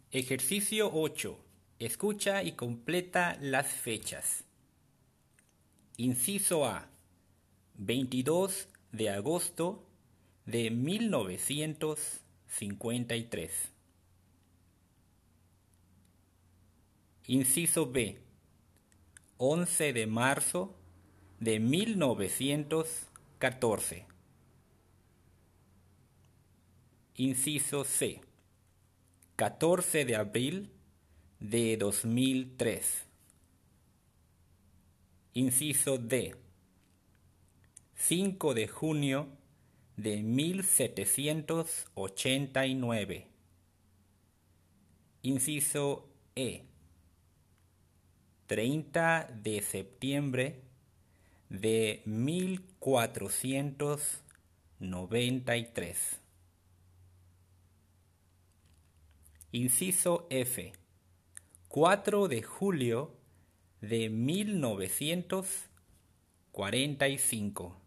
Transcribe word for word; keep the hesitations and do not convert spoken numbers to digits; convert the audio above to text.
Ejercicio ocho. Escucha y completa las fechas. Inciso A. veintidós de agosto de mil novecientos cincuenta y tres. Inciso B. once de marzo de mil novecientos catorce. Inciso C. catorce de abril de dos mil tres. Inciso D. cinco de junio de mil setecientos ochenta y nueve. Inciso E. treinta de septiembre de mil cuatrocientos noventa y tres. Inciso F. cuatro de julio de mil novecientos cuarenta y cinco.